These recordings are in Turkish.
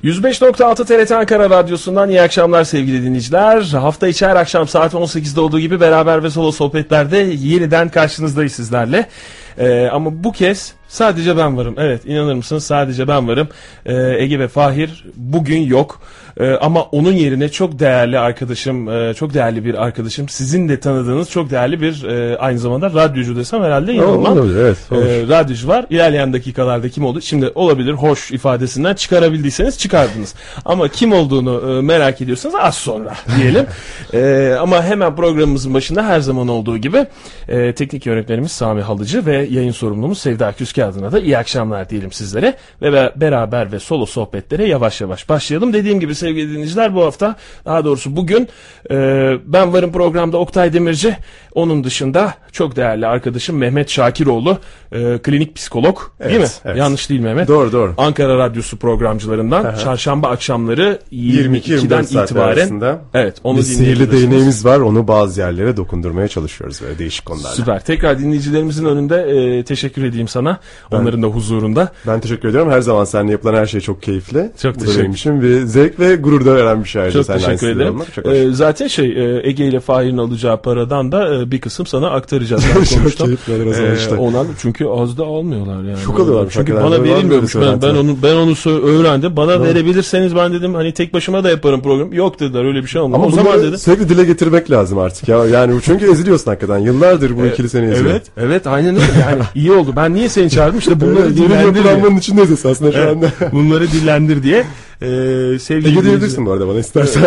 105.6 TRT Ankara Radyosu'ndan iyi akşamlar sevgili dinleyiciler. Hafta içi her akşam saat 18'de olduğu gibi beraber ve solo sohbetlerde yeniden karşınızdayız sizlerle. Ama bu kez sadece ben varım. Evet, inanır mısınız, sadece ben varım. Ege ve Fahir bugün yok. Ama onun yerine çok değerli arkadaşım, çok değerli bir arkadaşım, sizin de tanıdığınız çok değerli bir aynı zamanda radyocu desem herhalde yanılmam. Evet, radyocu var. İlerleyen dakikalarda kim oldu? Şimdi olabilir, hoş ifadesinden çıkarabildiyseniz çıkardınız. Ama kim olduğunu merak ediyorsanız az sonra diyelim. Ama hemen programımızın başında her zaman olduğu gibi teknik yönetmenimiz Sami Halıcı ve yayın sorumlumuz Sevda Küske adına da iyi akşamlar diyelim sizlere. Ve beraber ve solo sohbetlere yavaş yavaş başlayalım. Dediğim gibi sevgili dinleyiciler, bu hafta, daha doğrusu bugün ben varım programda Oktay Demirci. Onun dışında çok değerli arkadaşım Mehmet Şakiroğlu, klinik psikolog, evet, değil mi? Evet. Yanlış değil Mehmet. Doğru. Ankara Radyosu programcılarından çarşamba akşamları 22'den itibaren arasında. Evet, onu bir sihirli değneğimiz var. Onu bazı yerlere dokundurmaya çalışıyoruz böyle değişik konularla. Süper. Tekrar dinleyicilerimizin önünde teşekkür edeyim sana. Onların da huzurunda. Ben teşekkür ediyorum. Her zaman seninle yapılan her şey çok keyifli. Çok teşekkür ederim. Benim bir zevk ve gurur da veren bir şey. Çok teşekkür ederim. Zaten Ege ile Fahir'in alacağı paradan da bir kısım sana aktaracağız. Çok keyifli o zaman işte. Onlar çünkü az da almıyorlar yani. Çok alıyorlar. Çünkü bana verilmiyormuş. Ben onu öğrendim. Bana verebilirseniz ben dedim hani tek başıma da yaparım program. Yok dediler, öyle bir şey olmaz. Ama o zaman dedim. Sürekli dile getirmek lazım artık ya. Yani çünkü eziliyorsun hakikaten. Yıllardır bu ikili seni eziyor. Evet aynen öyle. Yani iyi oldu. Ben niye seni çağırdım? İşte bunları dillendir. Yapılanmanın içindeyiz esasında şu anda. Bunları dillendir diye. Sevgili Ege diyebilirsin bu arada bana istersen.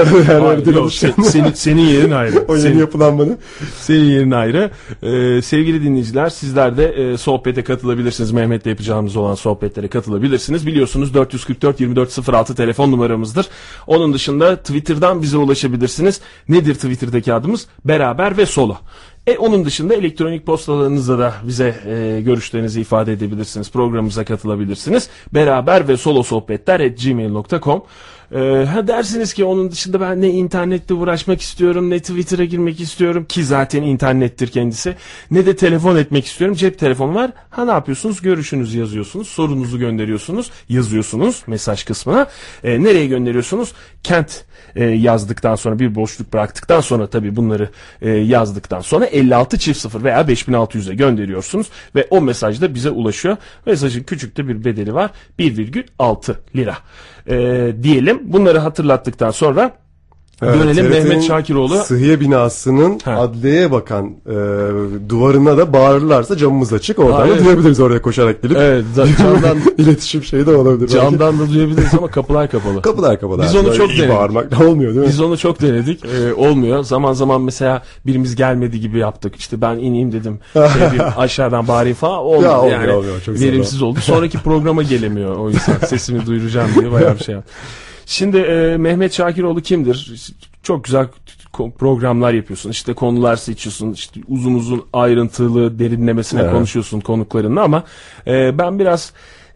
Senin yerin ayrı. O yeni yapılanmanı. Senin yerin ayrı. Sevgili dinleyiciler, sizler de sohbete katılabilirsiniz. Mehmet'le yapacağımız olan sohbetlere katılabilirsiniz. Biliyorsunuz 444-2406 telefon numaramızdır. Onun dışında Twitter'dan bize ulaşabilirsiniz. Nedir Twitter'daki adımız? Beraber ve solo. Onun dışında elektronik postalarınızla da bize görüşlerinizi ifade edebilirsiniz. Programımıza katılabilirsiniz. Beraber ve solo sohbetler@gmail.com. Dersiniz ki onun dışında ben ne internette uğraşmak istiyorum, ne Twitter'a girmek istiyorum ki zaten internettir kendisi, ne de telefon etmek istiyorum. Cep telefonu var. Ne yapıyorsunuz? Görüşünüzü yazıyorsunuz, sorunuzu gönderiyorsunuz, yazıyorsunuz mesaj kısmına. Nereye gönderiyorsunuz? Kent yazdıktan sonra, bir boşluk bıraktıktan sonra, tabii bunları yazdıktan sonra 5600 veya 5600'e gönderiyorsunuz ve o mesaj da bize ulaşıyor. Mesajın küçük de bir bedeli var, 1,6 lira diyelim. Bunları hatırlattıktan sonra dönelim Mehmet Şakiroğlu. Sıhhiye binasının adliyeye bakan duvarına da bağırırlarsa camımız açık. Oradan da duyabiliriz, oraya koşarak gelip. Evet, camdan iletişim şeyi de olabilir. Camdan da duyabiliriz ama kapılar kapalı. Kapılar kapalı. Biz onu çok denedik. Bağırmak olmuyor değil mi? Biz onu çok denedik. Olmuyor. Zaman zaman mesela birimiz gelmedi gibi yaptık. İşte ben ineyim dedim. Bir aşağıdan bağırayım falan. Olmuyor yani. Olmuyor. Çok verimsiz oldu. Sonraki programa gelemiyor o insan. Sesimi duyuracağım diye bayağı bir şey yaptı. Şimdi Mehmet Şakiroğlu kimdir? Çok güzel programlar yapıyorsun. İşte konular seçiyorsun. İşte uzun ayrıntılı derinlemesine konuşuyorsun konuklarınla ama ben biraz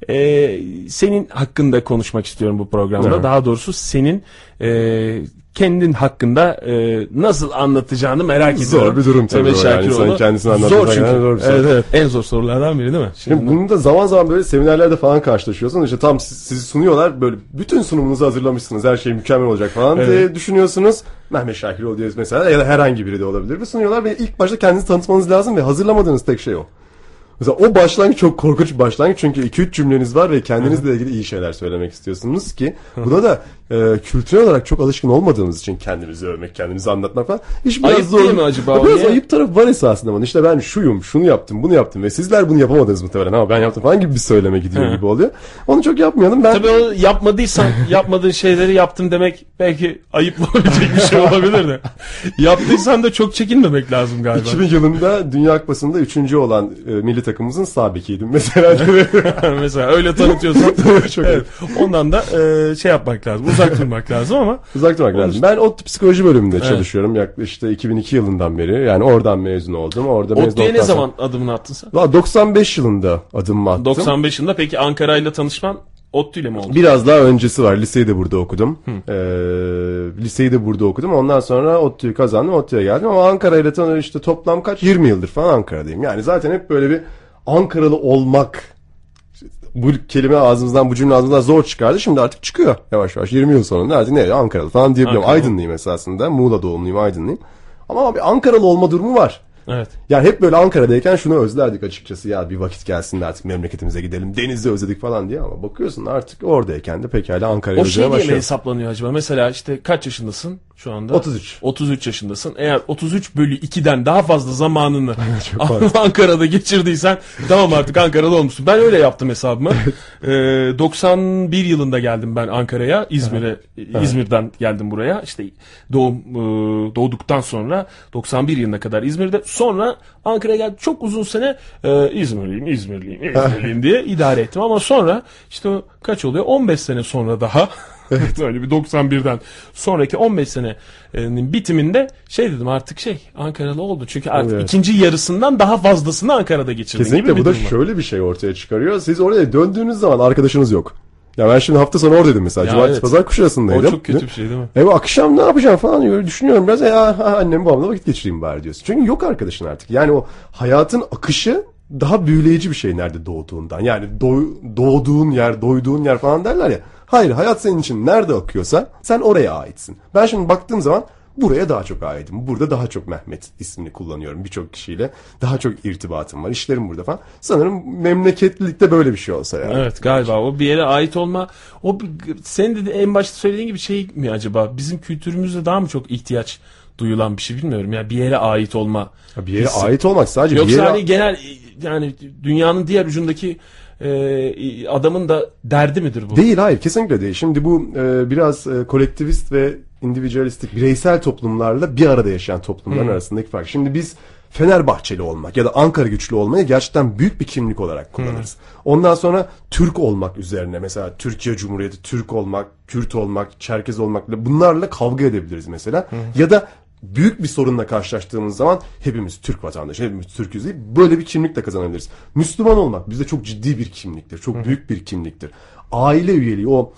senin hakkında konuşmak istiyorum bu programda. Evet. Daha doğrusu senin kendin hakkında nasıl anlatacağını merak ediyorum. Zor bir durum tabii o yani. İnsanın kendisini anlatması. Zor çünkü. Evet. En zor sorulardan biri değil mi? Şimdi bunu da zaman zaman böyle seminerlerde falan karşılaşıyorsunuz. İşte tam sizi sunuyorlar. Böyle bütün sunumunuzu hazırlamışsınız. Her şey mükemmel olacak falan diye düşünüyorsunuz. Mehmet Şakiroğlu diye mesela, ya da herhangi biri de olabilir. Ve sunuyorlar ve ilk başta kendinizi tanıtmanız lazım ve hazırlamadığınız tek şey o. Mesela o başlangıç çok korkunç bir başlangıç, çünkü 2-3 cümleniz var ve kendinizle ilgili iyi şeyler söylemek istiyorsunuz ki buna da kültürel olarak çok alışkın olmadığımız için kendimizi övmek, kendimizi anlatmak falan iş biraz ayıp zor. Değil mi acaba? Biraz ayıp tarafı var esasında ama işte ben şuyum, şunu yaptım, bunu yaptım ve sizler bunu yapamadınız muhtemelen ama ben yaptım falan gibi bir söyleme gidiyor gibi oluyor. Onu çok yapmayalım. Tabii o yapmadığın şeyleri yaptım demek belki ayıp olabilecek bir şey olabilir de. Yaptıysan da çok çekinmemek lazım galiba. 2000 yılında Dünya Kupası'nda 3. olan milli takımımızın sağ bekiydim mesela. Mesela öyle tanıtıyorsan çok evet. Ondan da şey yapmak lazım. Uzak durmak lazım ama. Uzak durmak lazım. Ben ODTÜ psikoloji bölümünde çalışıyorum. Yaklaşık işte 2002 yılından beri. Yani oradan mezun oldum. ODTÜ'ye ne zaman adımını attın sen? 95 yılında adımımı attım. 95 yılında peki Ankara'yla tanışman ODTÜ'yle mi oldu? Biraz daha öncesi var. Liseyi de burada okudum. Liseyi de burada okudum. Ondan sonra ODTÜ'yü kazandım. ODTÜ'ye geldim ama Ankara'yla tanıştım işte toplam 20 yıldır falan Ankara'dayım. Yani zaten hep böyle bir Ankaralı olmak bu kelime ağzımızdan, bu cümle ağzımızdan zor çıkardı. Şimdi artık çıkıyor yavaş yavaş. 20 yıl sonunda artık ne? Ankaralı falan diyebiliyorum. Aydınlıyım esasında. Muğla doğumluyum, Aydınlıyım. Ama bir Ankaralı olma durumu var. Evet. Yani hep böyle Ankara'dayken şunu özlerdik açıkçası, ya bir vakit gelsin de artık memleketimize gidelim, denizde özledik falan diye, ama bakıyorsun artık oradayken de pekala Ankara'ya o şey özlemeye diye mi başlıyor. hesaplanıyor acaba? Mesela işte kaç yaşındasın şu anda? 33. 33 yaşındasın. Eğer 33/2'den daha fazla zamanını fazla. Ankara'da geçirdiysen tamam, artık Ankara'da olmuşsun. Ben öyle yaptım hesabımı. 91 yılında geldim ben Ankara'ya, İzmir'e. İzmir'den geldim buraya. İşte doğduktan sonra 91 yılına kadar İzmir'de. Sonra Ankara'ya geldim. Çok uzun sene İzmirliyim diye idare ettim. Ama sonra işte kaç oluyor? 15 sene sonra daha öyle bir 91'den sonraki 15 senenin bitiminde dedim, artık Ankaralı oldu. Çünkü artık ikinci yarısından daha fazlasını Ankara'da geçirdim. Kesinlikle gibi bu da şöyle bir şey ortaya çıkarıyor. Siz oraya döndüğünüz zaman arkadaşınız yok. Ya ben şimdi hafta sonu oradaydım mesela. Cumartesi pazar Kuşadası'ndaydım. O çok kötü bir şey değil mi? Akşam ne yapacağım falan diyor. Düşünüyorum biraz. Annem babamla vakit geçireyim bari diyorsun. Çünkü yok arkadaşın artık. Yani o hayatın akışı daha büyüleyici bir şey nerede doğduğundan. Yani doğduğun yer, doyduğun yer falan derler ya. Hayır, hayat senin için nerede akıyorsa sen oraya aitsin. Ben şimdi baktığım zaman buraya daha çok aitim. Burada daha çok Mehmet ismini kullanıyorum birçok kişiyle. Daha çok irtibatım var. İşlerim burada falan. Sanırım memleketlilikte böyle bir şey olsa yani. Evet, galiba o bir yere ait olma. Senin de en başta söylediğin gibi mi acaba? Bizim kültürümüzde daha mı çok ihtiyaç duyulan bir şey, bilmiyorum. Yani bir yere ait olma. Bir yere ait olmak sadece yoksa bir yere... hani genel, yani dünyanın diğer ucundaki adamın da derdi midir bu? Değil, hayır, kesinlikle değil. Şimdi bu biraz kolektivist ve individualistik, bireysel toplumlarla bir arada yaşayan toplumların arasındaki fark. Şimdi biz Fenerbahçeli olmak ya da Ankara güçlü olmayı gerçekten büyük bir kimlik olarak kullanırız. Ondan sonra Türk olmak üzerine, mesela Türkiye Cumhuriyeti, Türk olmak, Kürt olmak, Çerkez olmakla, bunlarla kavga edebiliriz mesela. Ya da büyük bir sorunla karşılaştığımız zaman hepimiz Türk vatandaşı, hepimiz Türk'üz deyip böyle bir kimlikle kazanabiliriz. Müslüman olmak bizde çok ciddi bir kimliktir, çok büyük bir kimliktir. Aile üyeliği, o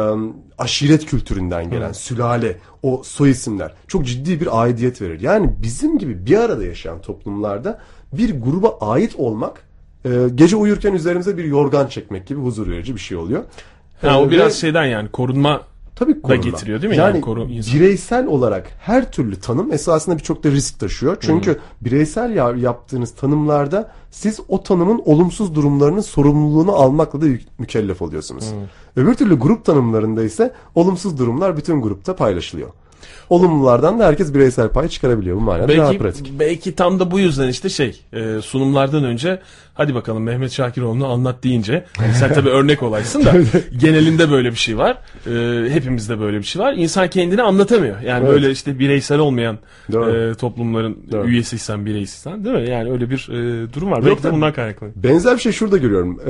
aşiret kültüründen gelen sülale, o soy isimler çok ciddi bir aidiyet verir. Yani bizim gibi bir arada yaşayan toplumlarda bir gruba ait olmak, gece uyurken üzerimize bir yorgan çekmek gibi huzur verici bir şey oluyor. O biraz şeyden, yani korunma da getiriyor değil mi? Yani insan. Bireysel olarak her türlü tanım esasında birçok da risk taşıyor. Çünkü bireysel yaptığınız tanımlarda siz o tanımın olumsuz durumlarının sorumluluğunu almakla da mükellef oluyorsunuz. Öbür türlü grup tanımlarında ise olumsuz durumlar bütün grupta paylaşılıyor. Olumlulardan da herkes bireysel pay çıkarabiliyor. Bu manada daha pratik. Belki tam da bu yüzden işte sunumlardan önce hadi bakalım Mehmet Şakiroğlu'nu anlat deyince, sen tabii örnek olaysın da genelinde böyle bir şey var. Hepimizde böyle bir şey var. İnsan kendini anlatamıyor. Yani böyle işte bireysel olmayan toplumların üyesiysen, bireysiysen, değil mi? Yani öyle bir durum var. Belki de bundan kaynaklanıyor. Benzer bir şey şurada görüyorum.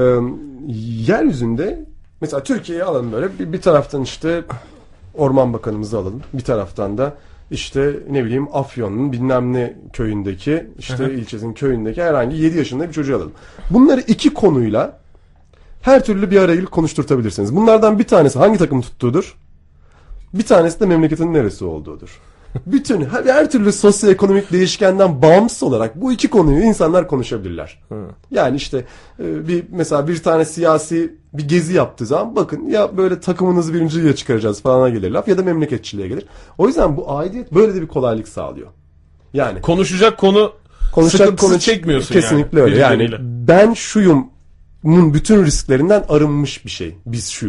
Yeryüzünde mesela Türkiye'yi alalım böyle. Bir taraftan işte Orman Bakanımızı alalım. Bir taraftan da işte ne bileyim Afyon'un bilmem ne köyündeki, işte ilçesinin köyündeki herhangi 7 yaşında bir çocuğu alalım. Bunları iki konuyla her türlü bir araya gelip konuşturtabilirsiniz. Bunlardan bir tanesi hangi takım tuttuğudur. Bir tanesi de memleketin neresi olduğudur. Bütün her türlü sosyoekonomik değişkenden bağımsız olarak bu iki konuyu insanlar konuşabilirler. Yani işte mesela bir tane siyasi bir gezi yaptığı zaman bakın ya böyle takımınızı birinciliğe çıkaracağız falana gelir laf, ya da memleketçiliğe gelir. O yüzden bu aidiyet böyle de bir kolaylık sağlıyor. Yani konuşacak konu çekmiyorsun. Kesinlikle öyle. Yani ben şuyum bütün risklerinden arınmış bir şey. Biz şu